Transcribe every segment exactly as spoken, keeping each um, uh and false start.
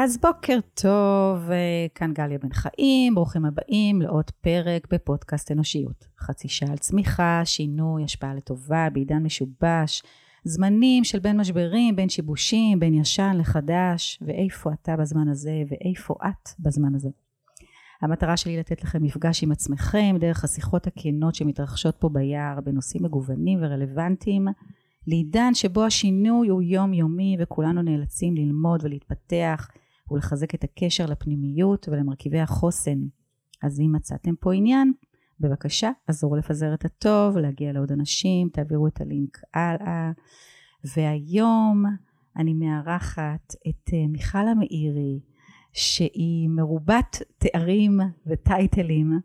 אז בוקר טוב, כאן גליה בן חיים, ברוכים הבאים לעוד פרק בפודקאסט אנושיות. חצי שעה על צמיחה, שינוי, השפעה לטובה, בעידן משובש, זמנים של בין משברים, בין שיבושים, בין ישן לחדש, ואיפה אתה בזמן הזה, ואיפה את בזמן הזה. המטרה שלי לתת לכם מפגש עם עצמכם, דרך השיחות הכנות שמתרחשות פה ביער, בנושאים מגוונים ורלוונטיים, לעידן שבו השינוי הוא יומיומי וכולנו נאלצים ללמוד ולהתפתח ולחזק את הקשר לפנימיות ולמרכיבי החוסן. אז אם מצאתם פה עניין, בבקשה עזרו לפזר את הטוב, להגיע לעוד אנשים, תעבירו את הלינק הלאה. והיום אני מארחת את מיכל המאירי, שהיא מרובת תארים וטייטלים,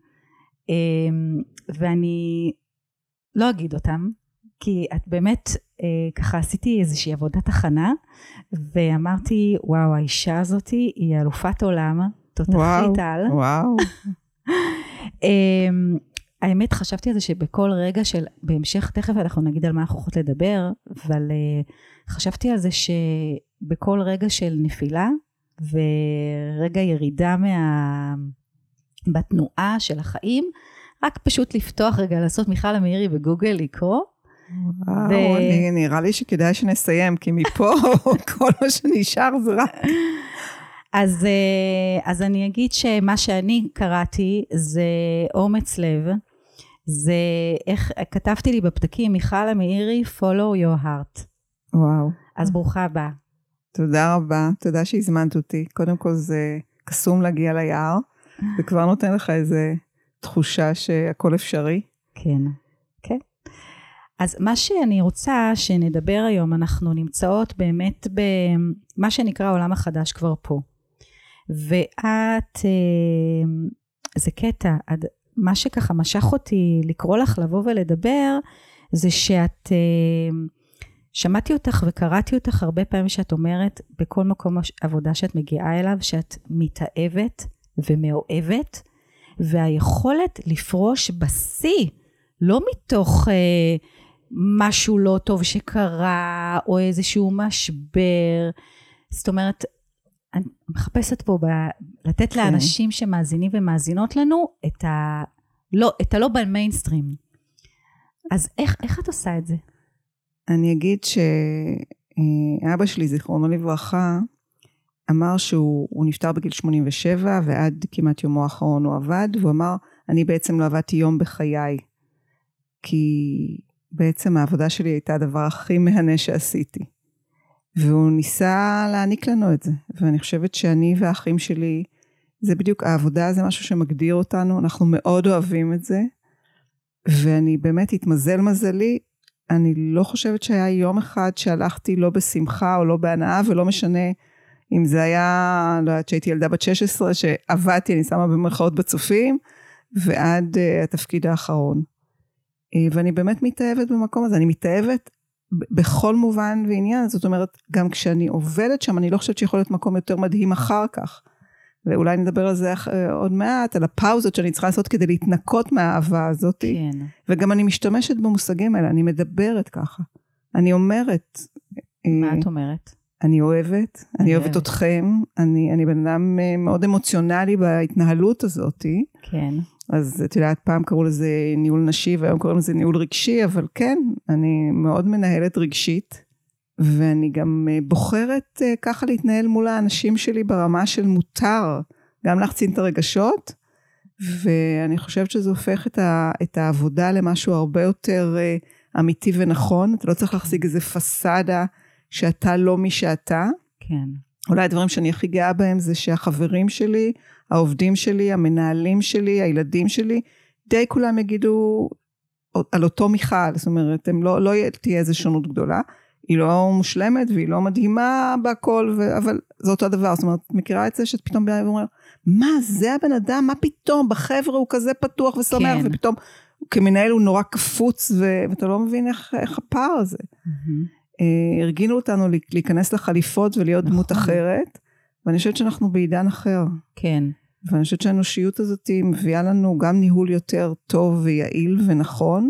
ואני לא אגיד אותם, כי את באמת ככה עשיתי איזושהי עבודת הכנה, ואמרתי וואו, האישה הזאת היא אלופת עולם, תותחית על. וואו. האמת חשבתי על זה שבכל רגע של, בהמשך תכף אנחנו נגיד על מה אנחנו יכולות לדבר, אבל חשבתי על זה שבכל רגע של נפילה, ורגע ירידה מה... בתנועה של החיים, רק פשוט לפתוח רגע, לעשות מיכל המאירי בגוגל, לקרוא, וואו, ו... אני, נראה לי שכדאי שנסיים, כי מפה כל מה שנשאר זה רק. אז, אז אני אגיד שמה שאני קראתי זה אומץ לב, זה איך כתבתי לי בפתקים, מיכל המאירי, follow your heart. וואו. אז ברוכה הבאה. תודה רבה, תודה שהזמנת אותי. קודם כל זה קסום להגיע ליער, וכבר נותן לך איזה תחושה שהכל אפשרי. כן, כן. אז מה שאני רוצה שנדבר היום, אנחנו נמצאות באמת במה שנקרא העולם החדש כבר פה. ואת, זה קטע, מה שככה משך אותי לקרוא לך לבוא ולדבר, זה שאת, שמעתי אותך וקראתי אותך הרבה פעמים שאת אומרת, בכל מקום עבודה שאת מגיעה אליו, שאת מתאהבת ומאוהבת, והיכולת לפרוש בשיא, לא מתוך אה, משהו לא טוב שקרה, או איזשהו משבר. זאת אומרת, אני מחפשת פה ב, לתת okay. לאנשים שמאזינים ומאזינות לנו, את ה, לא, את הלא במיינסטרים. אז איך, איך את עושה את זה? אני אגיד שאבא שלי, זיכרונו לברכה, אמר שהוא נפטר בגיל שמונים ושבע, ועד כמעט יומו האחרון הוא עבד, והוא אמר, אני בעצם לא עבדתי יום בחיי, כי בעצם העבודה שלי הייתה הדבר הכי מהנה שעשיתי. והוא ניסה להעניק לנו את זה, ואני חושבת שאני והאחים שלי, זה בדיוק העבודה, זה משהו שמגדיר אותנו, אנחנו מאוד אוהבים את זה, ואני באמת התמזל מזלי, אני לא חושבת שהיה יום אחד שהלכתי לא בשמחה או לא בהנאה, ולא משנה אם זה היה, לא יודעת שהייתי ילדה בת שש עשרה, שעבדתי, אני שמה במרכאות בצופים, ועד uh, התפקיד האחרון. Uh, ואני באמת מתאהבת במקום הזה, אני מתאהבת בכל מובן ועניין, זאת אומרת, גם כשאני עובדת שם, אני לא חושבת שיכול להיות מקום יותר מדהים אחר כך, ואולי נדבר על זה עוד מעט, על הפאוזות שאני צריכה לעשות כדי להתנקות מהאהבה הזאת, כן. וגם אני משתמשת במושגים האלה, אני מדברת ככה, אני אומרת, מה את אומרת? אני אוהבת, אני, אני אוהבת אתכם, אני, אני בן אדם מאוד אמוציונלי בהתנהלות הזאת. כן. אז את יודעת, פעם קראו לזה ניהול נשי, והיום קוראים לזה ניהול רגשי, אבל כן, אני מאוד מנהלת רגשית, ואני גם בוחרת ככה להתנהל מול האנשים שלי ברמה של מותר, גם להחצין את הרגשות, ואני חושבת שזה הופך את, ה, את העבודה למשהו הרבה יותר אמיתי ונכון, אתה לא צריך להחזיק איזה פסדה, שאתה לא מי שאתה. כן. אולי הדברים שאני הכי גאה בהם זה שהחברים שלי, העובדים שלי, המנהלים שלי, הילדים שלי, די כולם יגידו על אותו מיכל, זאת אומרת, הם לא, לא תהיה איזו שונות גדולה, היא לא מושלמת והיא לא מדהימה בהכל, ו... אבל זה אותו הדבר, זאת אומרת, את מכירה את זה שאת פתאום באה ואומרת, מה זה הבן אדם, מה פתאום, בחבר'ה הוא כזה פתוח ושמח, כן. ופתאום כמנהל הוא נורא קפוץ, ו... ואתה לא מבין איך, איך הפער הזה. Mm-hmm. הרגינו אותנו להיכנס לחליפות ולהיות נכון. דמות אחרת, ואני חושבת שאנחנו בעידן אחר. כן. ואני חושבת שהאנושיות הזאת מביאה לנו גם ניהול יותר טוב ויעיל ונכון,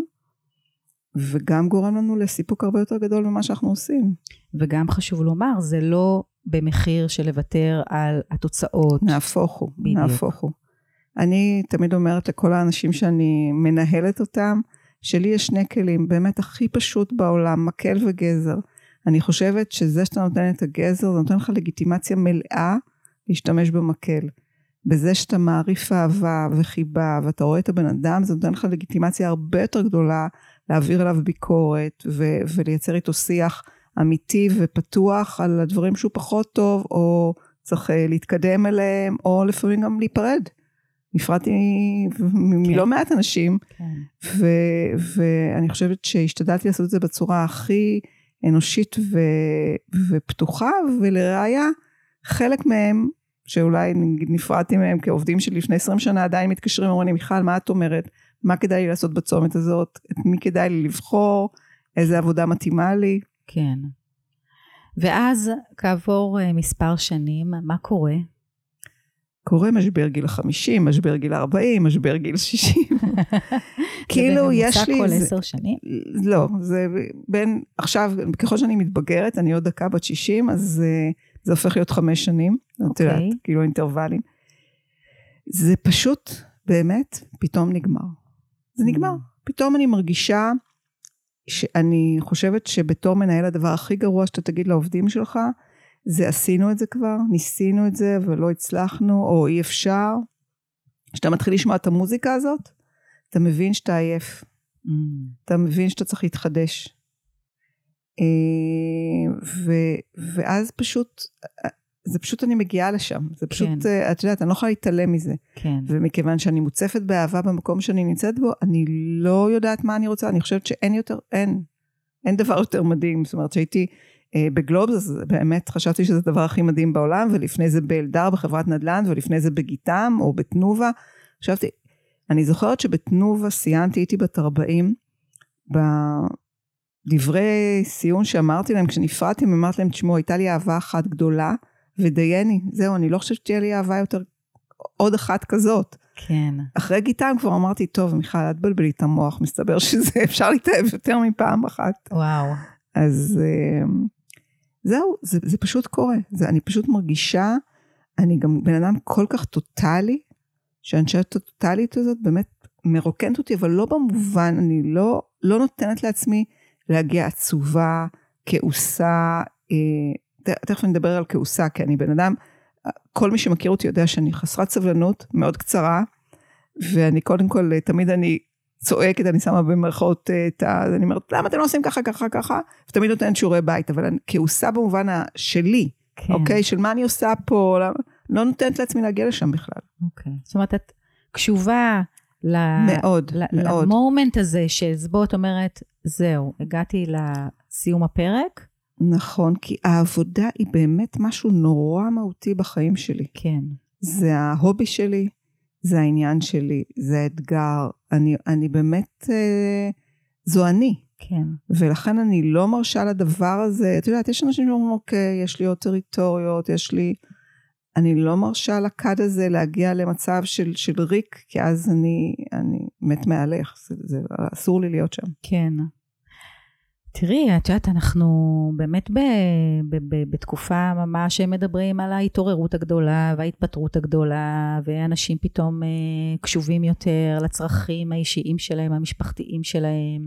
וגם גורם לנו לסיפוק הרבה יותר גדול ממה שאנחנו עושים. וגם חשוב לומר, זה לא במחיר של לוותר על התוצאות. נהפוך הוא, נהפוך הוא. אני תמיד אומרת לכל האנשים שאני מנהלת אותם, שלי יש שני כלים, באמת הכי פשוט בעולם, מקל וגזר. אני חושבת שזה שאתה נותן את הגזר, זה נותן לך לגיטימציה מלאה להשתמש במקל. בזה שאתה מעריף אהבה וחיבה, ואתה רואה את הבן אדם, זה נותן לך לגיטימציה הרבה יותר גדולה, להעביר עליו ביקורת, ו- ולייצר איתו שיח אמיתי ופתוח, על הדברים שהוא פחות טוב, או צריך להתקדם אליהם, או לפעמים גם להיפרד. נפרדתי מלא כן. מעט אנשים, כן. ו- ואני חושבת שהשתדלתי לעשות את זה בצורה הכי אנושית ו- ופתוחה, ולראיה, חלק מהם, שאולי נפרדתי מהם כעובדים שלי לפני עשרים שנה, עדיין מתקשרים ואומרים לי, מיכל, מה את אומרת? מה כדאי לי לעשות בצומת הזאת? את מי כדאי לי לבחור? איזה עבודה מתאימה לי? כן. ואז כעבור מספר שנים, מה קורה? קורה משבר גיל החמישים, משבר גיל ארבעים, משבר גיל שישים. כאילו יש לי... זה בממוצע כל עשר שנים? לא, זה בין... עכשיו, ככל שאני מתבגרת, אני עוד דקה בת שישים, אז זה הופך להיות חמש שנים. את יודעת, כאילו אינטרוולים. זה פשוט, באמת, פתאום נגמר. זה נגמר. פתאום אני מרגישה שאני חושבת שבתור מנהל הדבר הכי גרוע שאתה תגיד לעובדים שלך, זה עשינו את זה כבר, ניסינו את זה ולא הצלחנו, או אי אפשר. כשאתה מתחיל לשמוע את המוזיקה הזאת, אתה מבין שאתה עייף. Mm. אתה מבין שאתה צריך להתחדש. ו- ואז פשוט, זה פשוט אני מגיעה לשם. זה פשוט, כן. את יודעת, אני לא יכולה להתעלם מזה. כן. ומכיוון שאני מוצפת באהבה במקום שאני נמצאת בו, אני לא יודעת מה אני רוצה. אני חושבת שאין יותר, אין. אין דבר יותר מדהים. זאת אומרת, שהייתי בגלובס, אז באמת חשבתי שזה הדבר הכי מדהים בעולם, ולפני זה באלדר בחברת נדל"ן, ולפני זה בגיטם או בתנובה. חשבתי, אני זוכרת שבתנובה סיימתי, הייתי בת ארבעים, בדברי סיום שאמרתי להם, כשנפרדתי, אמרתי להם, תשמעו, הייתה לי אהבה אחת גדולה, ודייני, זהו, אני לא חושבת שתהיה לי אהבה יותר, עוד אחת כזאת. כן. אחרי גיטם כבר אמרתי, טוב, מיכל, את בלבלי את המוח, מסתבר שזה אפשר להתאהב יותר מפעם אחת. וואו. אז זהו, זה, זה פשוט קורה. זה, אני פשוט מרגישה, אני גם בן אדם כל כך טוטלי, שהאנשית הטוטלית הזאת באמת מרוקנת אותי, אבל לא במובן, אני לא, לא נותנת לעצמי להגיע עצובה, כעוסה, אה, תכף נדבר על כעוסה, כי אני בן אדם, כל מי שמכיר אותי יודע שאני חסרת סבלנות, מאוד קצרה, ואני קודם כל, תמיד אני צועקת, אני שמה במרכאות את ה... אני אומרת, למה אתם לא עושים ככה, ככה, ככה? ותמיד נותנת שיעורי בית, אבל אני, כעוסה במובן שלי, כן. אוקיי? של מה אני עושה פה, למה, לא נותנת לעצמי להגיע לשם בכלל. אוקיי. זאת אומרת, את קשובה ל... מאוד, ל... מאוד. למומנט הזה, שבו את אומרת, זהו, הגעתי לסיום הפרק. נכון, כי העבודה היא באמת משהו נורא מהותי בחיים שלי. כן. זה ההובי שלי, זה העניין שלי, זה האתגר, אני, אני באמת, אה, זו אני. כן. ולכן אני לא מרשה לדבר הזה, את יודעת, יש אנשים שאומרים, אוקיי, יש לי עוד טריטוריות, יש לי, אני לא מרשה לכד הזה להגיע למצב של, של ריק, כי אז אני, אני מת מהלך, זה, זה אסור לי להיות שם. כן. תראי, את יודעת, אנחנו באמת ב, ב, ב, בתקופה ממש שמדברים על ההתעוררות הגדולה וההתפטרות הגדולה, ואנשים פתאום אה, קשובים יותר לצרכים האישיים שלהם, המשפחתיים שלהם,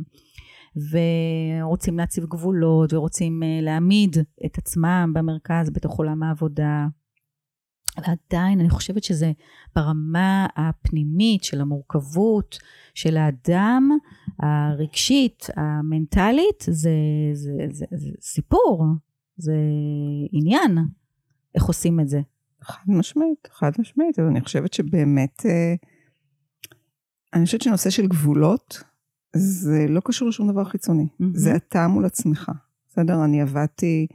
ורוצים להציב גבולות, ורוצים אה, להעמיד את עצמם במרכז בתוך עולם העבודה. ועדיין אני חושבת שזה ברמה הפנימית של המורכבות של האדם, הרגשית, המנטלית, זה, זה, זה, זה סיפור, זה עניין. איך עושים את זה? חד משמעית, חד משמעית, אבל אני חושבת שבאמת, אני חושבת שנושא של גבולות, זה לא קשור לשום דבר חיצוני. Mm-hmm. זה אתה מול עצמך. בסדר, אני עבדתי...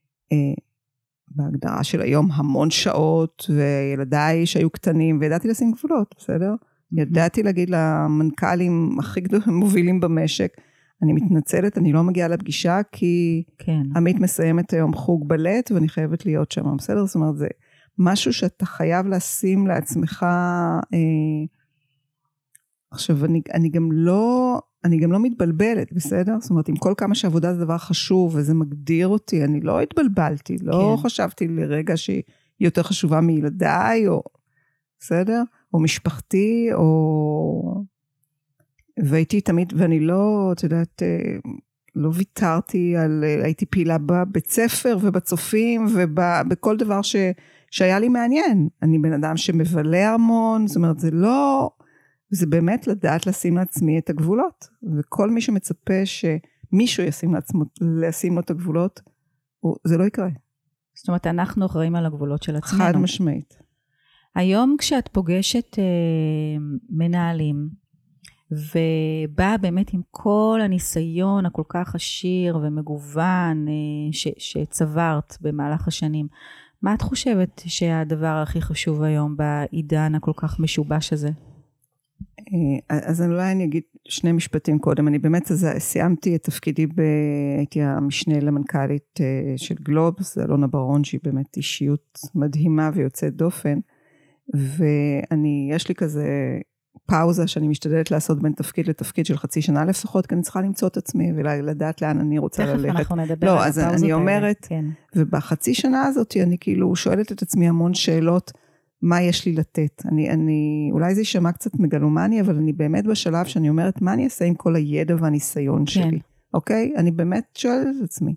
בהגדרה של היום המון שעות, וילדיי שהיו קטנים, וידעתי לשים גבולות, בסדר? ידעתי להגיד למנכ"לים הכי גדולים מובילים במשק, אני מתנצלת, אני לא מגיעה לפגישה, כי כן. עמית מסיימת היום חוג בלט, ואני חייבת להיות שם, בסדר? זאת אומרת, זה משהו שאתה חייב לשים לעצמך, אה, עכשיו, אני, אני גם לא, אני גם לא מתבלבלת, בסדר? זאת אומרת, עם כל כמה שעבודה זה דבר חשוב, וזה מגדיר אותי, אני לא התבלבלתי, לא כן. חשבתי לרגע שהיא יותר חשובה מילדיי, או, בסדר? או משפחתי, או... והייתי תמיד, ואני לא, את יודעת, לא ויתרתי על, הייתי פעילה בבית ספר, ובצופים, ובכל דבר ש, שהיה לי מעניין. אני בן אדם שמבלה המון, זאת אומרת, זה לא... זה באמת לדעת לשים לעצמי את הגבולות, וכל מי שמצפה שמישהו ישים לעצמו, לשים לו את הגבולות, זה לא יקרה. זאת אומרת, אנחנו אחראים על הגבולות של עצמנו. חד משמעית. היום כשאת פוגשת אה, מנהלים, ובאה באמת עם כל הניסיון הכל כך עשיר ומגוון אה, ש, שצברת במהלך השנים, מה את חושבת שהדבר הכי חשוב היום בעידן הכל כך משובש הזה? אז אולי אני אגיד שני משפטים קודם, אני באמת אז סיימתי את תפקידי, ב... הייתי המשנה למנכ"לית של גלובס, אלונה ברון, שהיא באמת אישיות מדהימה ויוצאת דופן, ואני, יש לי כזה פאוזה שאני משתדלת לעשות בין תפקיד לתפקיד של חצי שנה לפחות, כי אני צריכה למצוא את עצמי ולדעת לאן אני רוצה ללכת. תכף אנחנו נדבר לא, על אז הפאוזות אני אומרת, כן. ובחצי שנה הזאת אני כאילו שואלת את עצמי המון שאלות, מה יש לי לתת? אני, אני, אולי זה יישמע קצת מגלומני, אבל אני באמת בשלב שאני אומרת, מה אני אעשה עם כל הידע והניסיון כן. שלי? אוקיי? אני באמת שואלת את עצמי.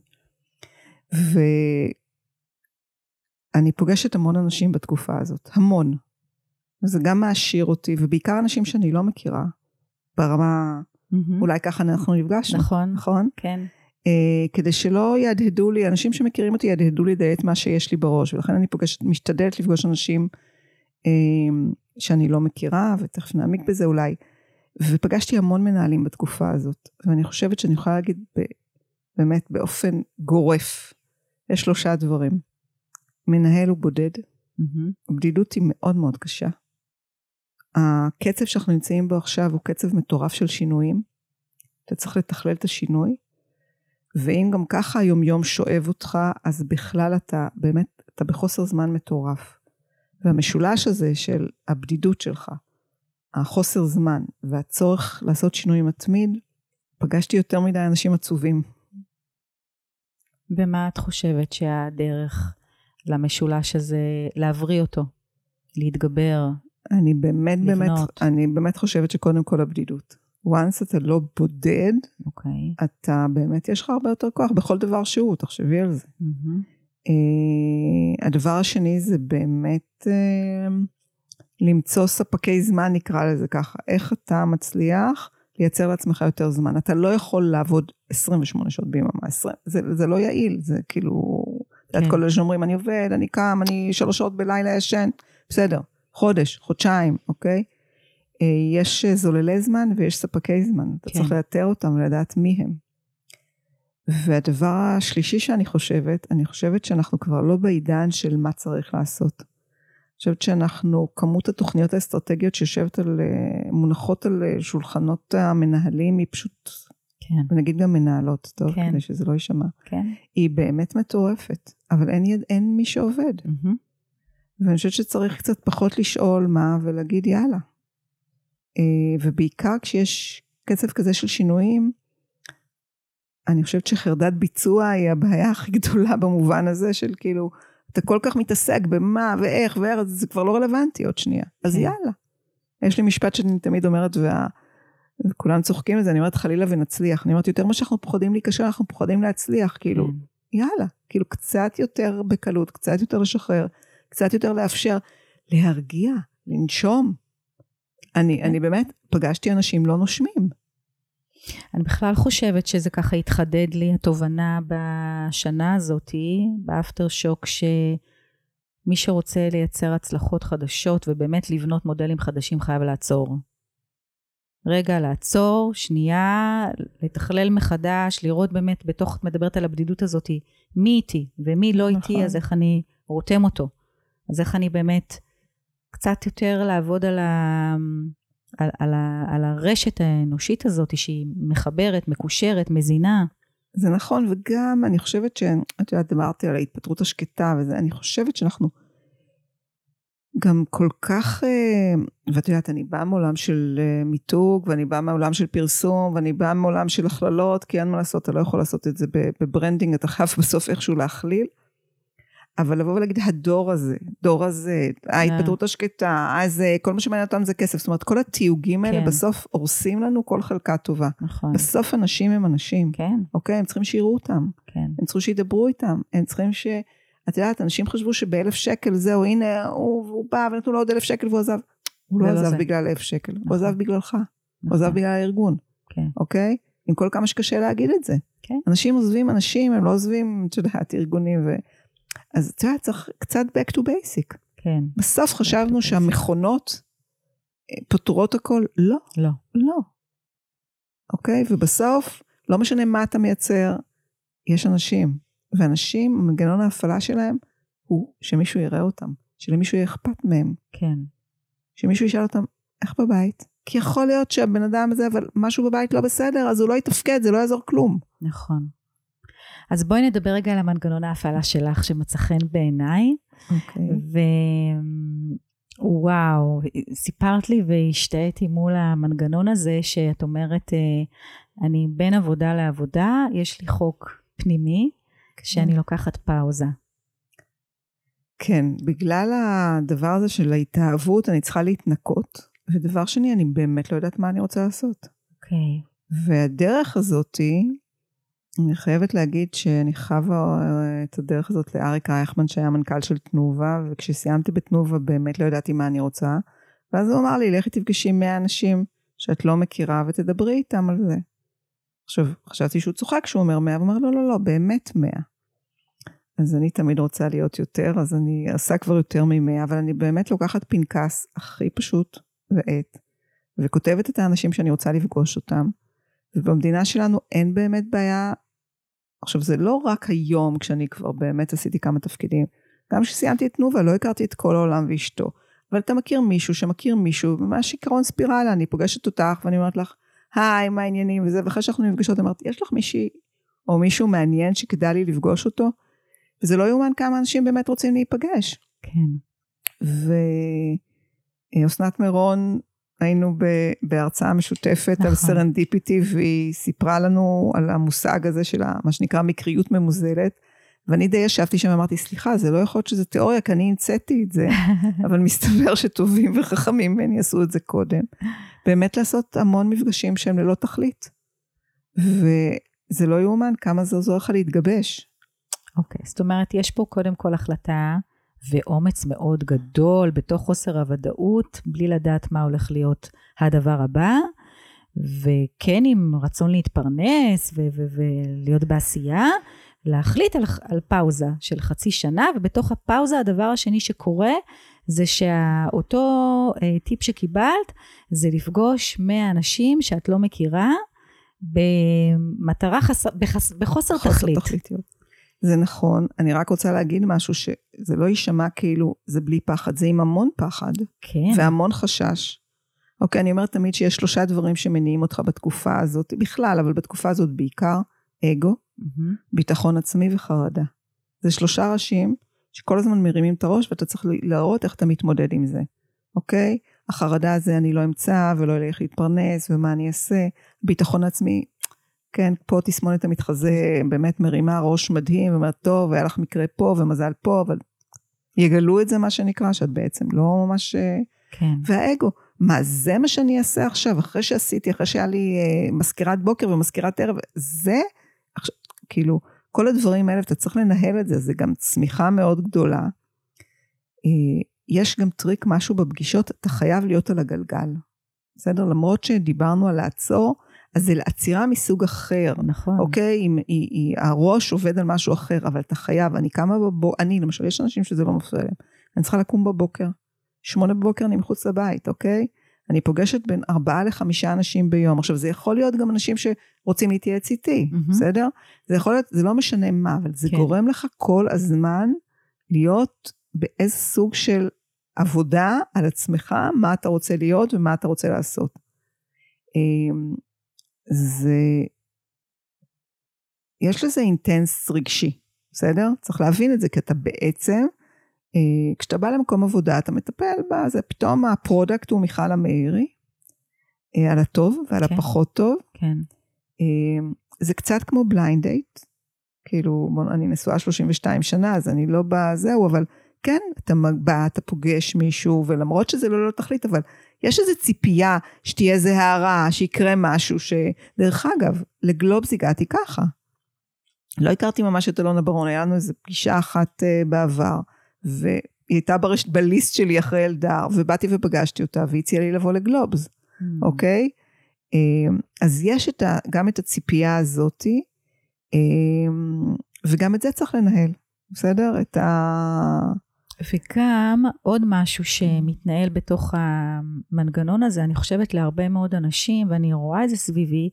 ואני פוגשת המון אנשים בתקופה הזאת, המון. וזה גם מעשיר אותי, ובעיקר אנשים שאני לא מכירה, ברמה, mm-hmm. אולי ככה אנחנו נפגשנו. נכון. נכון? כן. Uh, כדי שלא ידהדו לי, אנשים שמכירים אותי ידהדו לי די את מה שיש לי בראש, ולכן אני פוגשת, משתדלת לפגוש אנשים uh, שאני לא מכירה, ותכף נעמיק בזה אולי, ופגשתי המון מנהלים בתקופה הזאת, ואני חושבת שאני יכולה להגיד ב, באמת באופן גורף, יש שלושה דברים, מנהל הוא בודד, mm-hmm. בדידות היא מאוד מאוד קשה, הקצב שאנחנו נמצאים בו עכשיו הוא קצב מטורף של שינויים, אתה צריך לתכלל את השינוי, ואם גם ככה היום יום שואב אותך, אז בכלל אתה באמת, אתה בחוסר זמן מטורף. והמשולש הזה של הבדידות שלך, החוסר זמן והצורך לעשות שינוי מתמיד, פגשתי יותר מדי אנשים עצובים. ומה את חושבת שהדרך למשולש הזה, להבריא אותו, להתגבר, אני באמת, לבנות? באמת, אני באמת חושבת שקודם כל הבדידות. once אתה לא בודד, okay. אתה באמת, יש לך הרבה יותר כוח בכל דבר שהוא, תחשבי על זה. Mm-hmm. Uh, הדבר השני זה באמת uh, למצוא ספקי זמן, נקרא לזה ככה, איך אתה מצליח לייצר לעצמך יותר זמן. אתה לא יכול לעבוד עשרים ושמונה שעות ביממה, זה, זה לא יעיל, זה כאילו, כן. את כל אלה שאומרים, אני עובד, אני קם, אני שלוש שעות בלילה ישן, בסדר, חודש, חודשיים, אוקיי? יש זוללי זמן ויש ספקי זמן. אתה כן. צריך לאתר אותם ולדעת מי הם. והדבר השלישי שאני חושבת, אני חושבת שאנחנו כבר לא בעידן של מה צריך לעשות. אני חושבת שאנחנו, כמות התוכניות האסטרטגיות שיושבת על, מונחות על שולחנות המנהלים, היא פשוט, כן. ונגיד גם מנהלות, טוב, כן. כדי שזה לא יישמע. כן. היא באמת מטורפת, אבל אין, אין מי שעובד. Mm-hmm. ואני חושבת שצריך קצת פחות לשאול מה, ולהגיד יאללה. ובעיקר כשיש קצב כזה של שינויים, אני חושבת שחרדת ביצוע היא הבעיה הכי גדולה במובן הזה של כאילו, אתה כל כך מתעסק במה ואיך ואיך, זה כבר לא רלוונטי עוד שנייה. אז יאללה. יש לי משפט שאני תמיד אומרת, וכולם צוחקים לזה, אני אומרת חלילה ונצליח. אני אומרת יותר מה שאנחנו פוחדים להיקשר, אנחנו פוחדים להצליח, כאילו, יאללה. כאילו קצת יותר בקלות, קצת יותר לשחרר, קצת יותר לאפשר, להרגיע, לנשום. אני, אני באמת פגשתי אנשים לא נושמים. אני בכלל חושבת שזה ככה התחדד לי התובנה בשנה הזאת, באפטר שוק, שמי שרוצה לייצר הצלחות חדשות ובאמת לבנות מודלים חדשים חייב לעצור. רגע, לעצור, שנייה, לתכלל מחדש, לראות באמת בתוך, את מדברת על הבדידות הזאת, מי איתי ומי לא איתי, אז איך אני רותם אותו. אז איך אני באמת קצת יותר לעבוד על, ה, על, על, ה, על הרשת האנושית הזאת, שהיא מחברת, מקושרת, מזינה. זה נכון, וגם אני חושבת שאת יודעת, דיברתי על ההתפטרות השקטה, וזה, אני חושבת שאנחנו גם כל כך, ואת יודעת, אני באה מעולם של מיתוג, ואני באה מעולם של פרסום, ואני באה מעולם של הכללות, כי אין מה לעשות, אתה לא יכול לעשות את זה בברנדינג, אתה חייב בסוף איכשהו להכליל, אבל לבוא ולהגיד, הדור הזה, דור הזה, ההתפטרות השקטה, אז כל מה שמעניין אותם זה כסף, זאת אומרת, כל התיוגים האלה בסוף הורסים לנו כל חלקה טובה. נכון. בסוף אנשים הם אנשים. כן. אוקיי, הם צריכים שיראו אותם. כן. הם צריכים שידברו איתם. הם צריכים ש... את יודעת, אנשים חשבו שבאלף שקל זהו, הנה, הוא, הוא בא ונתנו לו עוד אלף שקל והוא עזב. הוא לא עזב בגלל אלף שקל, הוא עזב בגללך. הוא עזב בגלל הארגון. כן. אוקיי? עם כל כמה שקשה להגיד את זה. כן. אנשים עוזבים אנשים, הם לא עוזבים, את יודעת, ארגונים ו... אז את יודעת, צריך קצת back to basic. כן. בסוף חשבנו שהמכונות פותרות הכל. לא. לא. לא. אוקיי? ובסוף, לא משנה מה אתה מייצר, יש אנשים. ואנשים, מנגנון ההפעלה שלהם, הוא שמישהו יראה אותם. שלמישהו יהיה אכפת מהם. כן. שמישהו ישאל אותם, איך בבית? כי יכול להיות שהבן אדם הזה, אבל משהו בבית לא בסדר, אז הוא לא יתפקד, זה לא יעזור כלום. נכון. אז בואי נדבר רגע על המנגנון ההפעלה שלך, שמצא חן בעיניי. אוקיי. ווואו, סיפרת לי והשתהיתי מול המנגנון הזה, שאת אומרת, אני בין עבודה לעבודה, יש לי חוק פנימי, שאני לוקחת פאוזה. כן, בגלל הדבר הזה של ההתאהבות, אני צריכה להתנקות, ודבר שני, אני באמת לא יודעת מה אני רוצה לעשות. אוקיי. והדרך הזאת, אני חייבת להגיד שאני חווה את הדרך הזאת לאריק רייכמן, שהיה מנכ"ל של תנובה, וכשסיימתי בתנובה באמת לא ידעתי מה אני רוצה, ואז הוא אמר לי, לכי תפגשי מאה אנשים שאת לא מכירה, ותדברי איתם על זה. עכשיו, חשבתי שהוא צוחק כשהוא אומר מאה, ואומר, לא, לא, לא, באמת מאה. אז אני תמיד רוצה להיות יותר, אז אני עושה כבר יותר ממאה, אבל אני באמת לוקחת פנקס הכי פשוט ועט, וכותבת את האנשים שאני רוצה לפגוש אותם, ובמדינה שלנו אין באמת בעיה, עכשיו זה לא רק היום, כשאני כבר באמת עשיתי כמה תפקידים, גם כשסיימתי את תנובה, לא הכרתי את כל העולם ואשתו, אבל אתה מכיר מישהו שמכיר מישהו, ממש עיקרון ספירלה, אני פוגשת אותך, ואני אומרת לך, היי, מה העניינים וזה, ואחרי שאנחנו נפגשות, אמרתי, יש לך מישהי, או מישהו מעניין שכדאי לי לפגוש אותו, וזה לא יאומן כמה אנשים באמת רוצים להיפגש. כן. ואוסנת מירון, היינו בהרצאה משותפת נכון. על סרנדיפיטי, והיא סיפרה לנו על המושג הזה של מה שנקרא מקריות ממוזלת, ואני די ישבתי שם ואמרתי, סליחה, זה לא יכול להיות שזה תיאוריה, כי אני המצאתי את זה, אבל מסתבר שטובים וחכמים ממני עשו את זה קודם. באמת לעשות המון מפגשים שהם ללא תכלית. וזה לא יאומן כמה זה עוזר לך להתגבש. אוקיי, זאת אומרת, יש פה קודם כל החלטה, ואומץ מאוד גדול, בתוך חוסר הוודאות, בלי לדעת מה הולך להיות הדבר הבא, וכן עם רצון להתפרנס, ו- ו- ולהיות בעשייה, להחליט על, על פאוזה של חצי שנה, ובתוך הפאוזה הדבר השני שקורה, זה שאותו אה, טיפ שקיבלת, זה לפגוש מאה אנשים שאת לא מכירה, במטרה חס... בחס... בחוסר תכלית. תכליתיות. זה נכון, אני רק רוצה להגיד משהו שזה לא יישמע כאילו זה בלי פחד, זה עם המון פחד, כן. והמון חשש. אוקיי, אני אומרת תמיד שיש שלושה דברים שמניעים אותך בתקופה הזאת, בכלל, אבל בתקופה הזאת בעיקר, אגו, mm-hmm. ביטחון עצמי וחרדה. זה שלושה ראשים שכל הזמן מרימים את הראש, ואתה צריך להראות איך אתה מתמודד עם זה. אוקיי? החרדה הזה אני לא אמצא, ולא אלך להתפרנס, ומה אני אעשה. ביטחון עצמי, כן, פה תסמונת המתחזה, באמת מרימה ראש מדהים, ואומרת, טוב, היה לך מקרה פה, ומזל פה, אבל יגלו את זה מה שנקרא, שאת בעצם לא ממש... כן. והאגו, מה, זה מה שאני אעשה עכשיו, אחרי שעשיתי, אחרי שהיה לי אה, מזכירת בוקר ומזכירת ערב, זה, עכשיו, כאילו, כל הדברים האלה, אתה צריך לנהל את זה, זה גם צמיחה מאוד גדולה. אה, יש גם טריק, משהו בפגישות, אתה חייב להיות על הגלגל. בסדר? למרות שדיברנו על לעצור, אז זה לעצירה מסוג אחר. נכון. אוקיי? אם, היא, היא, הראש עובד על משהו אחר, אבל אתה חייב, אני קמה בבוקר, אני, למשל, יש אנשים שזה לא מפריע להם. אני צריכה לקום בבוקר. שמונה בבוקר אני מחוץ לבית, אוקיי? אני פוגשת בין ארבעה לחמישה אנשים ביום. עכשיו, זה יכול להיות גם אנשים שרוצים להתייעץ איתי, mm-hmm. בסדר? זה יכול להיות, זה לא משנה מה, אבל זה כן. גורם לך כל הזמן להיות באיזה סוג של עבודה על עצמך, מה אתה רוצה להיות ומה אתה רוצה לעשות. זה, יש לזה אינטנס רגשי, בסדר? צריך להבין את זה, כי אתה בעצם כשאתה בא למקום עבודה, אתה מטפל בה, זה פתאום הפרודקט הוא מיכל המאירי, על הטוב ועל כן. הפחות טוב. כן. זה קצת כמו בליינד דייט, כאילו, בוא, אני נשואה שלושים ושתיים שנה, אז אני לא בא זהו, אבל כן, אתה בא, אתה פוגש מישהו, ולמרות שזה לא לא תחליט, אבל יש איזו ציפייה שתהיה איזו הערה, שיקרה משהו, שדרך אגב, לגלובס הגעתי ככה. לא הכרתי ממש את אלונה ברון, היה לנו איזו פגישה אחת uh, בעבר, והיא הייתה ברשת, בליסט שלי אחרי אלדר, ובאתי ופגשתי אותה, והציעה לי לבוא לגלובס, mm. אוקיי? Uh, אז יש את ה, גם את הציפייה הזאת, uh, וגם את זה צריך לנהל, בסדר? את ה... וגם עוד משהו שמתנהל בתוך המנגנון הזה, אני חושבת להרבה מאוד אנשים, ואני רואה את זה סביבי,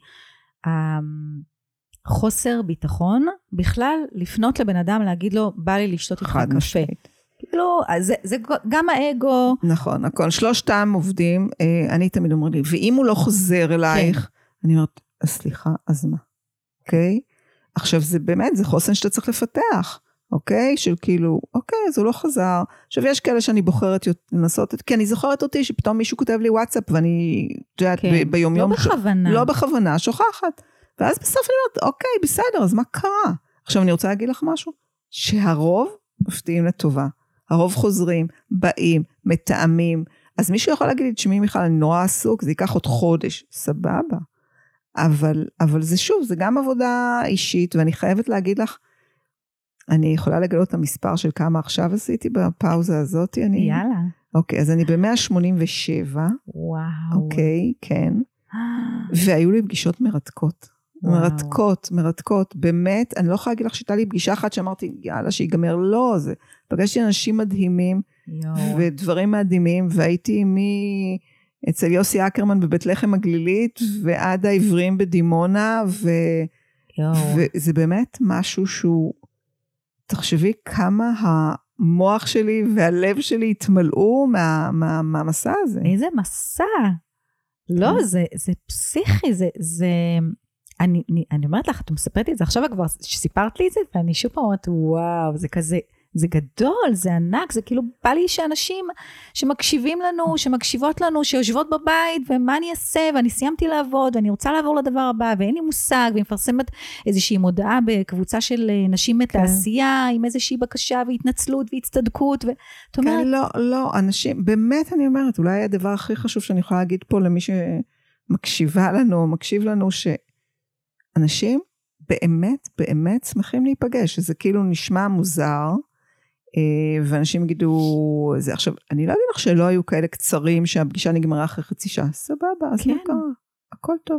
חוסר ביטחון, בכלל לפנות לבן אדם, להגיד לו, בא לי לשתות איתך קפה. כאילו, זה, זה גם האגו. נכון, הכל, שלושתם עובדים, אני תמיד אומר לי, ואם הוא לא חוזר אלייך, כן. אני אומרת, סליחה, אז מה? אוקיי? עכשיו זה באמת, זה חוסן שאתה צריך לפתח. אוקיי? של כאילו, אוקיי, אז הוא לא חזר. עכשיו, יש כאלה שאני בוחרת לנסות, כי אני זוכרת אותי שפתאום מישהו כותב לי וואטסאפ, ואני, יודעת, כן, ביום יום... לא בכוונה. לא בכוונה, שוכחת. ואז בסוף אני אומרת, אוקיי, בסדר, אז מה קרה? עכשיו, אני רוצה להגיד לך משהו, שהרוב מפתיעים לטובה. הרוב חוזרים, באים, מתאמים. אז מישהו יכול להגיד לי, שמי מיכל, אני נורא עסוק, זה ייקח עוד חודש. סבבה. אבל, אבל זה שוב, זה גם עבודה אישית, ואני חייבת להגיד לך, אני יכולה לגלות את המספר של כמה עכשיו עשיתי בפאוזה הזאת. אני... יאללה. אוקיי, אז אני ב-מאה שמונים ושבע. וואו. אוקיי, כן. והיו לי פגישות מרתקות. וואו. מרתקות, מרתקות. באמת, אני לא יכולה להגיד לך שהייתה לי פגישה אחת שאמרתי, יאללה, שיגמר. לא, זה... פגשתי אנשים מדהימים, יו. ודברים מדהימים, והייתי מ... אצל יוסי אקרמן בבית לחם הגלילית, ועד העברים בדימונה, ו... וזה באמת משהו שהוא... תחשבי כמה המוח שלי והלב שלי התמלאו מה, מה, מהמסע הזה. איזה מסע? לא, זה, זה פסיכי, זה, זה, אני, אני, אני אומרת לך, את מספרת לי את זה, עכשיו כבר שסיפרת לי את זה, ואני שוב פעם אומרת, וואו, זה כזה, זה גדול, זה ענק, זה כאילו בא לי שאנשים שמקשיבים לנו, שמקשיבות לנו, שיושבות בבית, ומה אני אעשה, ואני סיימתי לעבוד, ואני רוצה לעבור לדבר הבא, ואין לי מושג, ואני מפרסמת איזושהי מודעה בקבוצה של נשים מתעשייה, עם איזושהי בקשה והתנצלות והצטדקות, ואת אומרת... כן, לא, לא, אנשים, באמת אני אומרת, אולי הדבר הכי חשוב שאני יכולה להגיד פה, למי שמקשיבה לנו, מקשיב לנו, שאנשים באמת, באמת שמחים להיפגש, שזה כאילו נשמע מוזר, ואנשים יגידו, זה עכשיו, אני לא אגיד לך שלא היו כאלה קצרים שהפגישה נגמרה אחרי חצי שעה, סבבה, אז מה קרה? הכל טוב.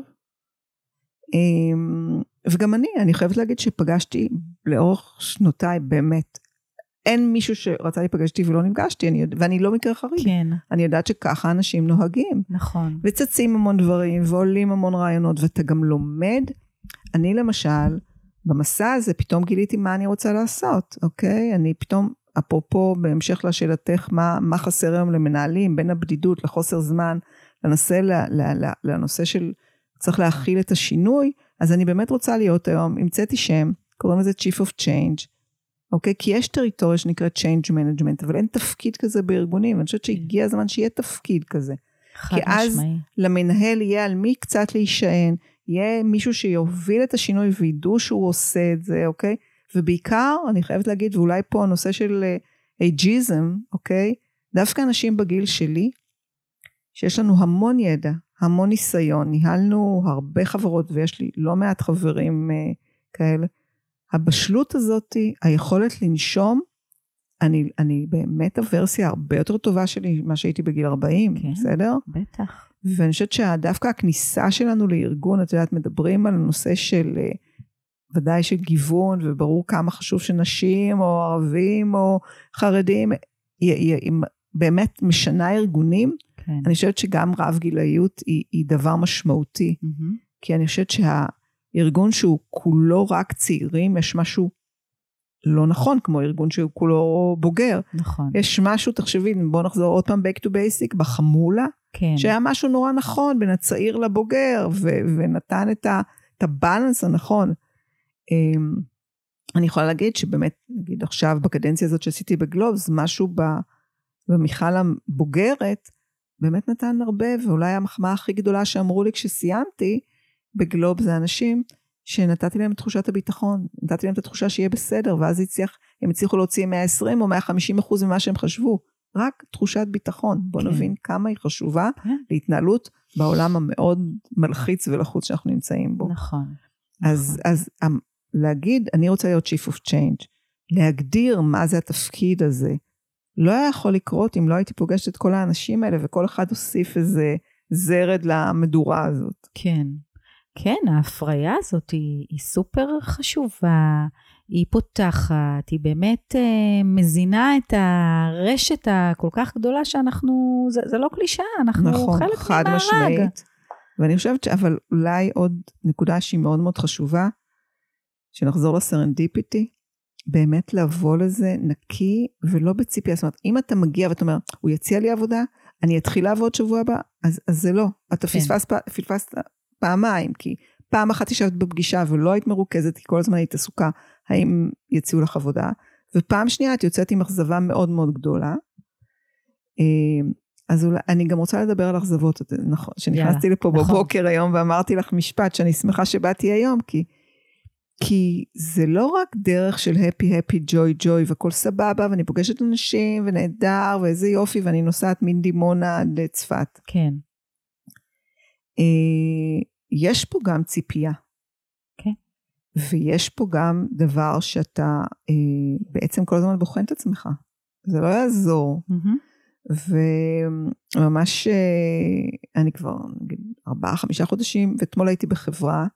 וגם אני, אני חייבת להגיד שפגשתי לאורך שנותיי באמת, אין מישהו שרצה להיפגש איתי ולא נפגשתי, אני, ואני לא מקרה חריג. כן. אני יודעת שככה אנשים נוהגים. נכון. וצצים המון דברים, ועולים המון רעיונות, ואתה גם לומד. אני למשל, במסע הזה פתאום גיליתי מה אני רוצה לעשות, אוקיי? אני פתאום, אפרופו, בהמשך לשאלתך, מה, מה חסר היום למנהלים, בין הבדידות לחוסר זמן, לנסה, לנושא של, צריך להכיל את השינוי, אז אני באמת רוצה להיות היום, המצאתי שם, קוראים לזה Chief of Change, אוקיי? כי יש טריטוריה שנקראת Change Management, אבל אין תפקיד כזה בארגונים, ואני חושבת שהגיע הזמן שיהיה תפקיד כזה. כי אז למנהל יהיה על מי קצת להישען, יהיה מישהו שיוביל את השינוי וידעו שהוא עושה את זה, אוקיי? ובעיקר, אני חייבת להגיד, ואולי פה הנושא של אייג'יזם, אוקיי? דווקא אנשים בגיל שלי, שיש לנו המון ידע, המון ניסיון, ניהלנו הרבה חברות, ויש לי לא מעט חברים uh, כאלה. הבשלות הזאת, היכולת לנשום, אני, אני באמת הוורסיה הרבה יותר טובה שלי, מה שהייתי בגיל ארבעים, כן, בסדר? בטח. ואני חושבת שדווקא הכניסה שלנו לארגון, את יודעת, מדברים על הנושא של, ודאי של גיוון, וברור כמה חשוב שנשים, או ערבים, או חרדים, היא, היא באמת משנה ארגונים. כן. אני חושבת שגם רב גילאיות היא, היא דבר משמעותי, mm-hmm. כי אני חושבת שהארגון שהוא כולו רק צעירים, יש משהו לא נכון, כמו ארגון שהוא כולו בוגר. נכון. יש משהו, תחשבי, בוא נחזור עוד פעם back to basic, בחמולה, כן. שהיה משהו נורא נכון, בין הצעיר לבוגר, ו- ונתן את, ה- את הבלנס הנכון. אני יכולה להגיד שבאמת, נגיד עכשיו בקדנציה הזאת שעשיתי בגלובס, משהו במיכל הבוגרת, באמת נתן הרבה, ואולי המחמאה הכי גדולה שאמרו לי כשסיימתי, בגלובס זה אנשים שנתתי להם את תחושת הביטחון, נתתי להם את התחושה שיהיה בסדר, ואז הצליח, הם הצליחו להוציא מאה ועשרים או מאה וחמישים אחוז ממה שהם חשבו, רק תחושת ביטחון, בוא כן. נבין כמה היא חשובה כן. להתנהלות בעולם המאוד מלחיץ ולחוץ שאנחנו נמצאים בו. נכון. אז, נכון. אז להגיד, אני רוצה להיות chief of change, להגדיר מה זה התפקיד הזה, לא היה יכול לקרות אם לא הייתי פוגשת את כל האנשים האלה, וכל אחד הוסיף איזה זרד למדורה הזאת. כן, כן, ההפריה הזאת היא, היא סופר חשובה, היא פותחת, היא באמת אה, מזינה את הרשת הכל כך גדולה שאנחנו, זה, זה לא קלישה, אנחנו נכון, חלק חד ממארג. משמעית. ואני חושבת אבל אולי עוד נקודה שהיא מאוד מאוד חשובה, שנחזור לסרנדיפיטי, באמת לבוא לזה נקי ולא בציפייה. זאת אומרת, אם אתה מגיע ואתה אומר, הוא יציע לי עבודה, אני אתחיל לעבוד שבוע הבא, אז, אז זה לא. אתה כן. פספסת, פספסת פעמיים, כי פעם אחת ישבת בפגישה ולא היית מרוכזת, כי כל הזמן היית עסוקה, האם יציעו לך עבודה, ופעם שנייה את יוצאת עם אכזבה מאוד מאוד גדולה. אז אולי, אני גם רוצה לדבר על אכזבות, נכון, שנכנסתי לפה נכון. בבוקר היום ואמרתי לך משפט שאני שמחה שבאתי היום, כי כי זה לא רק דרך של happy happy joy joy וכל סבבה, ואני פוגשת אנשים ונהדר ואיזה יופי, ואני נוסעת מן דימונה עד צפת. כן. יש פה גם ציפייה. כן. ויש פה גם דבר שאתה בעצם כל הזמן בוחן את עצמך. זה לא יעזור. וממש אני כבר נגיד ארבעה חמישה חודשים, ואתמול הייתי בחברה,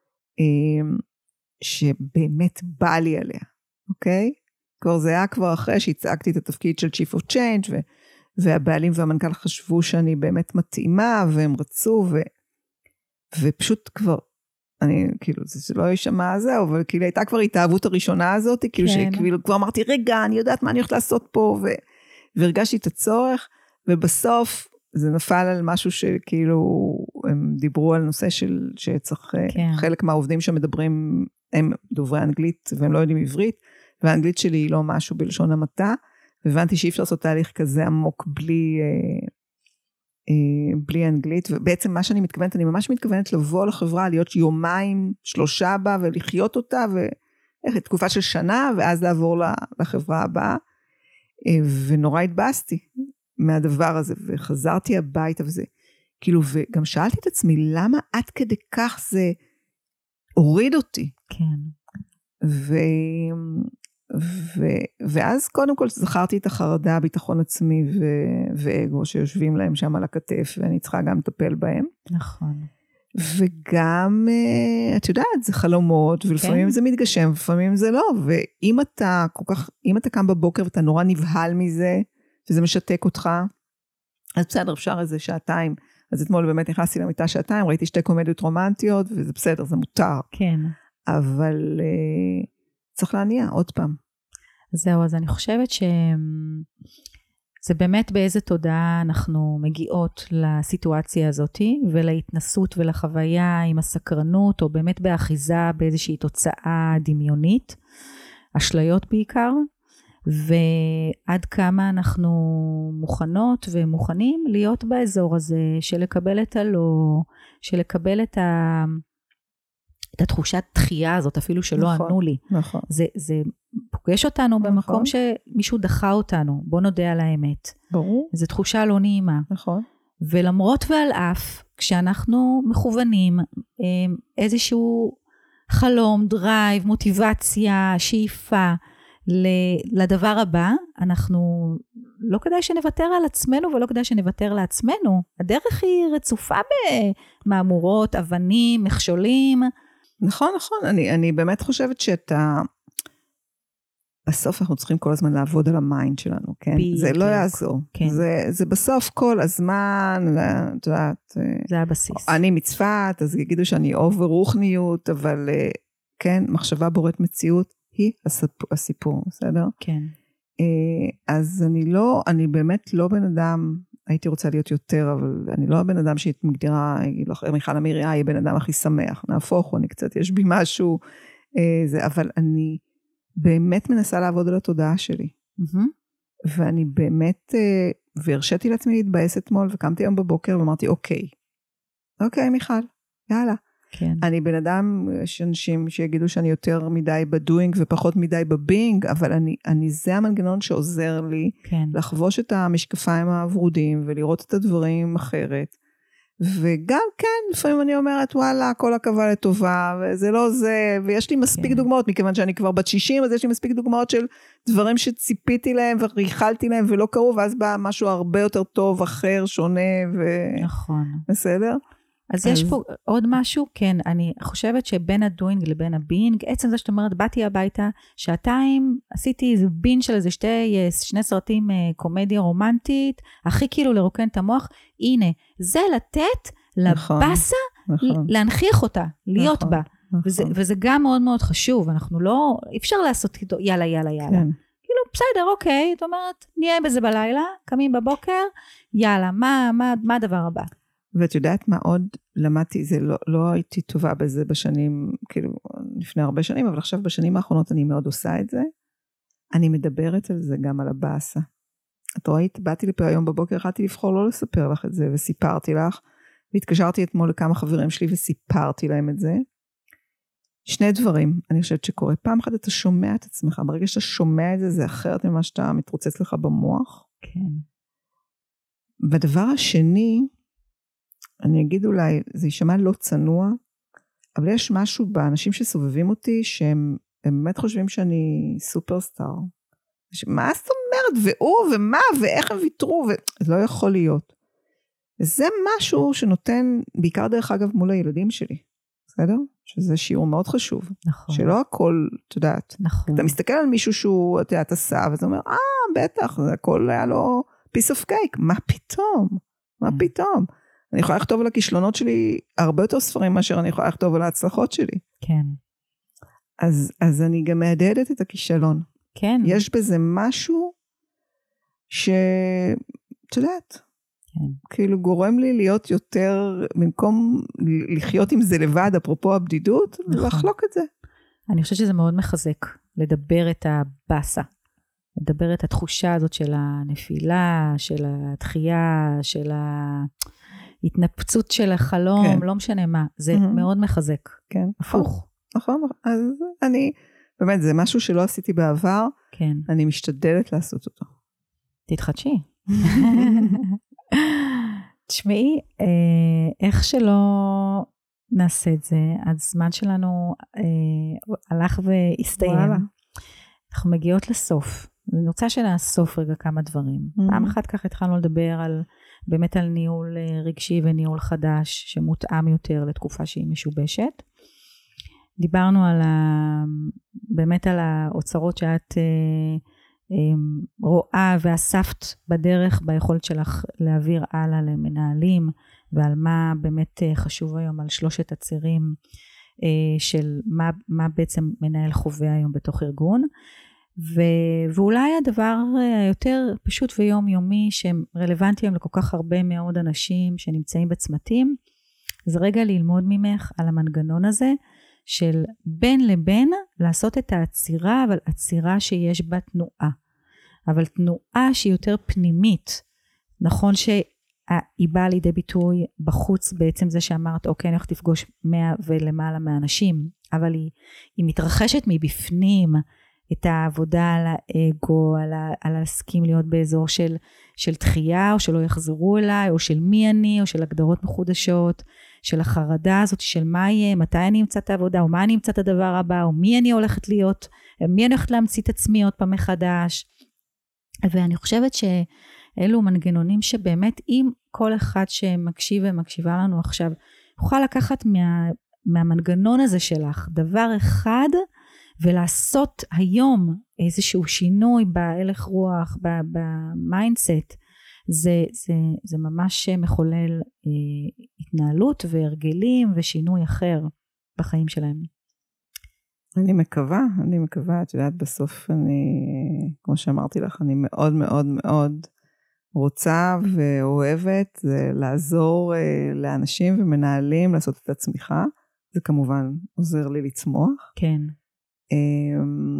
שבאמת בא לי עליה, אוקיי? כבר זה היה כבר אחרי שהצגתי את התפקיד של Chief of Change, ו- והבעלים והמנכ"ל חשבו שאני באמת מתאימה, והם רצו, ו- ופשוט כבר, אני כאילו, זה, זה לא ישמע זהו, אבל כאילו הייתה כבר התאהבות הראשונה הזאת, כאילו כן. שכאילו כבר אמרתי, רגע, אני יודעת מה אני הולכת לעשות פה, ו- והרגשתי את הצורך, ובסוף זה נפל על משהו שכאילו, הם דיברו על נושא של, שצריך, כן. חלק מהעובדים שמדברים, הם דוברי אנגלית, והם לא יודעים עברית, והאנגלית שלי היא לא משהו בלשון המעטה, והבנתי שאי אפשר לעשות תהליך כזה עמוק, בלי, אה, אה, בלי אנגלית, ובעצם מה שאני מתכוונת, אני ממש מתכוונת לבוא לחברה, להיות יומיים, שלושה בה, ולחיות אותה, ותקופה של שנה, ואז לעבור לחברה הבאה, אה, ונורא התבאסתי, מהדבר הזה, וחזרתי הביתה וזה, כאילו, וגם שאלתי את עצמי, למה עד כדי כך זה הוריד אותי? כן. ו... ו... ואז קודם כל זכרתי את החרדה, ביטחון עצמי ו... ואגו, שיושבים להם שם על הכתף, ואני צריכה גם לטפל בהם. נכון. וגם, את יודעת, זה חלומות, ולפעמים כן. זה מתגשם, ולפעמים זה לא, ואם אתה כל כך, אם אתה קם בבוקר, ואתה נורא נבהל מזה, וזה משתק אותך, אז בסדר, אפשר איזה שעתיים, אז אתמול באמת נכנסתי למיטה שעתיים, ראיתי שתי קומדיות רומנטיות, וזה בסדר, זה מותר. כן. אבל uh, צריך להניע עוד פעם. זהו, אז אני חושבת שזה באמת באיזה תודעה אנחנו מגיעות לסיטואציה הזאת, ולהתנסות ולחוויה עם הסקרנות, או באמת באחיזה באיזושהי תוצאה דמיונית, אשליות בעיקר, ועד כמה אנחנו מוכנות ומוכנים להיות באזור הזה, של לקבל את הלא, של לקבל את, ה, את התחושת דחייה הזאת, אפילו שלא נכון, ענו לי. נכון. זה, זה פוגש אותנו נכון. במקום שמישהו דחה אותנו, בוא נודה על האמת. ברור. זו תחושה לא נעימה. נכון. ולמרות ועל אף, כשאנחנו מכוונים איזשהו חלום, דרייב, מוטיבציה, שאיפה, לדבר הבא, אנחנו לא כדאי שנוותר על עצמנו ולא כדאי שנוותר לעצמנו. הדרך היא רצופה במאמורות, אבנים, מכשולים. נכון, נכון. אני, אני באמת חושבת שאתה, בסוף אנחנו צריכים כל הזמן לעבוד על המיינד שלנו, כן? ב- זה לא יעזור. כן. זה, זה בסוף כל הזמן, את יודעת, זה הבסיס. אני מצפת, אז יגידו שאני אובר רוחניות, אבל כן, מחשבה בוראת מציאות, היא הסיפור, הסיפור, בסדר? כן. אז אני לא, אני באמת לא בן אדם, הייתי רוצה להיות יותר, אבל אני לא הבן אדם שהיא מגדירה, מיכל אמירי, היא בן אדם הכי שמח, נהפוך, אני קצת, יש בי משהו, זה, אבל אני באמת מנסה לעבוד על התודעה שלי. ואני באמת, והרשיתי לעצמי להתבאס אתמול, וקמתי היום בבוקר ואמרתי, אוקיי, אוקיי מיכל, יאללה. כן. אני בן אדם, יש אנשים שיגידו שאני יותר מדי בדוינג ופחות מדי בבינג, אבל אני, אני זה המנגנון שעוזר לי כן. לחבוש את המשקפיים הוורודים ולראות את הדברים אחרת. וגם כן, לפעמים אני אומרת, וואלה, כל עכבה לטובה, וזה לא זה, ויש לי מספיק כן. דוגמאות, מכיוון שאני כבר בת שישים, אז יש לי מספיק דוגמאות של דברים שציפיתי להם וריחלתי להם ולא קרו, ואז בא משהו הרבה יותר טוב, אחר, שונה, ו... נכון. בסדר? אז, אז יש פה עוד משהו, כן, אני חושבת שבין הדוינג לבין הבינג, עצם זה שאת אומרת, באתי הביתה, שעתיים, עשיתי איזה בין של איזה שתי, שני סרטים קומדיה רומנטית, הכי כאילו לרוקן את המוח, הנה, זה לתת לבאסה, נכון. להנכיח אותה, להיות נכון, בה, נכון. וזה, וזה גם מאוד מאוד חשוב, אנחנו לא, אפשר לעשות איתו, יאללה, יאללה, יאללה. כן. כאילו, בסדר, אוקיי, את אומרת, נהיה בזה בלילה, קמים בבוקר, יאללה, מה, מה, מה הדבר הבא? ואת יודעת מה עוד למדתי, זה לא, לא הייתי טובה בזה בשנים, כאילו לפני הרבה שנים, אבל עכשיו בשנים האחרונות אני מאוד עושה את זה. אני מדברת על זה גם על הבאסה. את ראית, באתי לפה היום בבוקר, יכולתי לבחור לא לספר לך את זה, וסיפרתי לך, והתקשרתי אתמול לכמה חברים שלי וסיפרתי להם את זה. שני דברים, אני חושבת שקורה. פעם אחת אתה שומע את עצמך, ברגע שאתה שומע את זה, זה אחרת ממה שאתה מתרוצץ לך במוח. כן. בדבר השני, אני אגיד אולי, זה יישמע לא צנוע, אבל יש משהו באנשים שסובבים אותי, שהם באמת חושבים שאני סופרסטאר. מה זאת אומרת? והוא, ומה, ואיך הם ויתרו, זה לא יכול להיות. זה משהו שנותן, בעיקר דרך אגב מול הילדים שלי, בסדר? שזה שיעור מאוד חשוב. נכון. שלא הכל, את יודעת. נכון. אתה מסתכל על מישהו שהוא, את יודעת, עשה, וזה אומר, אה, בטח, זה הכל היה לו piece of cake. מה פתאום? מה פתאום? אני יכולה לכתוב על הכישלונות שלי הרבה יותר ספרים מאשר אני יכולה לכתוב על ההצלחות שלי. כן. אז, אז אני גם מעדדת את הכישלון. כן. יש בזה משהו ש... את יודעת, כן. כאילו גורם לי להיות יותר, במקום לחיות עם זה לבד, אפרופו הבדידות, נכון. לחלוק את זה. אני חושבת שזה מאוד מחזק, לדבר את הבאסה, לדבר את התחושה הזאת של הנפילה, של התחייה, של ההתנפצות של החלום, כן. לא משנה מה, זה mm-hmm. מאוד מחזק. כן. הפוך. נכון, אז אני, באמת, זה משהו שלא עשיתי בעבר, כן. אני משתדלת לעשות אותו. תתחדשי. תשמעי, איך שלא נעשה את זה, הזמן שלנו הלך והסתיים. אנחנו מגיעות לסוף. אני רוצה שנאסוף רגע כמה דברים. פעם אחת כך התחלנו לדבר על, באמת על ניהול רגשי וניהול חדש, שמותאם יותר לתקופה שהיא משובשת. דיברנו על ה, באמת על האוצרות שאת רואה ואספת בדרך ביכולת שלך להעביר הלאה למנהלים, ועל מה באמת חשוב היום על שלושת הצירים של מה, מה בעצם מנהל חווה היום בתוך ארגון. ו, ואולי הדבר היותר פשוט ויומיומי שהם רלוונטיים לכל כך הרבה מאוד אנשים שנמצאים בצמתים, זה רגע ללמוד ממך על המנגנון הזה של בין לבין לעשות את העצירה, אבל עצירה שיש בה תנועה. אבל תנועה שהיא יותר פנימית. נכון שהיא באה לידי ביטוי בחוץ בעצם זה שאמרת, אוקיי, אני הולכת לפגוש מאה ולמעלה מהאנשים, אבל היא, היא מתרחשת מבפנים את העבודה על האגו, על, ה, על להסכים להיות באזור של, של דחייה, או שלא יחזרו אליי, או של מי אני, או של הגדרות מחודשות, של החרדה הזאת, של מה יהיה, מתי אני אמצא את העבודה, או מה אני אמצא את הדבר הבא, או מי אני הולכת להיות, מי אני הולכת להמציא את עצמי עוד פעם מחדש. ואני חושבת שאלו מנגנונים שבאמת, אם כל אחד שמקשיב ומקשיבה לנו עכשיו, יוכל לקחת מה, מהמנגנון הזה שלך, דבר אחד, ולעשות היום איזשהו שינוי בהלך רוח, במיינדסט, זה, זה, זה ממש מחולל אה, התנהלות והרגלים ושינוי אחר בחיים שלהם. אני מקווה, אני מקווה, את יודעת, בסוף אני, כמו שאמרתי לך, אני מאוד מאוד מאוד רוצה ואוהבת זה לעזור אה, לאנשים ומנהלים לעשות את הצמיחה. זה כמובן עוזר לי לצמוח. כן.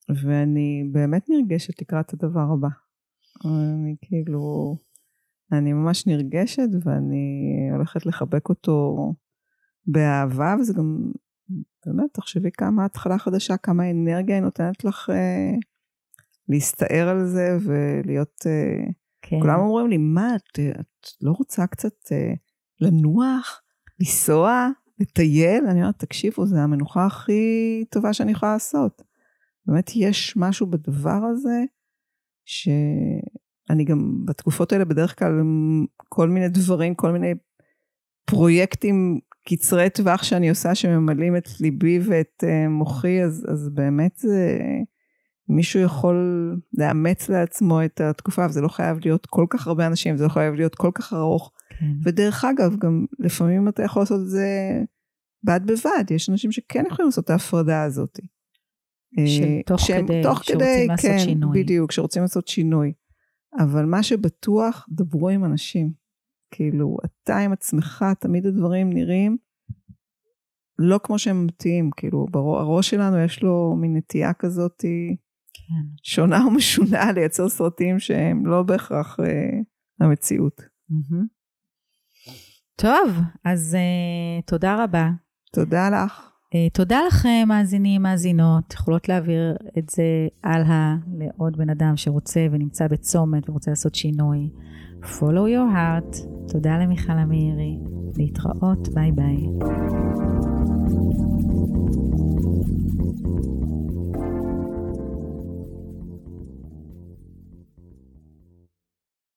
ואני באמת נרגשת לקראת הדבר הבא. אני כאילו, אני ממש נרגשת, ואני הולכת לחבק אותו באהבה, וזה גם, באמת, תחשבי כמה התחלה חדשה, כמה אנרגיה היא נותנת לך אה, להסתער על זה, ולהיות, אה, כן. כולם אומרים לי, מה, את, את לא רוצה קצת אה, לנוח, לנסוע, לטייל? אני אומרת, תקשיבו, זה המנוחה הכי טובה שאני יכולה לעשות. באמת יש משהו בדבר הזה, שאני גם בתקופות האלה בדרך כלל, כל מיני דברים, כל מיני פרויקטים קצרי טווח שאני עושה, שממלאים את ליבי ואת מוחי, אז, אז באמת זה, מישהו יכול לאמץ לעצמו את התקופה, וזה לא חייב להיות כל כך הרבה אנשים, זה לא חייב להיות כל כך ארוך, כן. ודרך אגב, גם לפעמים אתה יכול לעשות את זה בד בבד, יש אנשים שכן יכולים לעשות את ההפרדה הזאת. של תוך שהם, כדי, תוך שרוצים כדי, לעשות כן, שינוי. בדיוק, שרוצים לעשות שינוי. אבל מה שבטוח, דברו עם אנשים. כאילו, אתה עם עצמך, תמיד הדברים נראים לא כמו שהם מתאים. כאילו, הראש שלנו יש לו מין נטייה כזאת, כן. שונה ומשונה, לייצר סרטים שהם לא בהכרח אה, המציאות. Mm-hmm. טוב, אז uh, תודה רבה. תודה לך. Uh, תודה לכם, מאזינים, מאזינות. יכולות להעביר את זה הלאה לעוד בן אדם שרוצה ונמצא בצומת ורוצה לעשות שינוי. Follow your heart. תודה למיכל אמירי. להתראות. ביי ביי.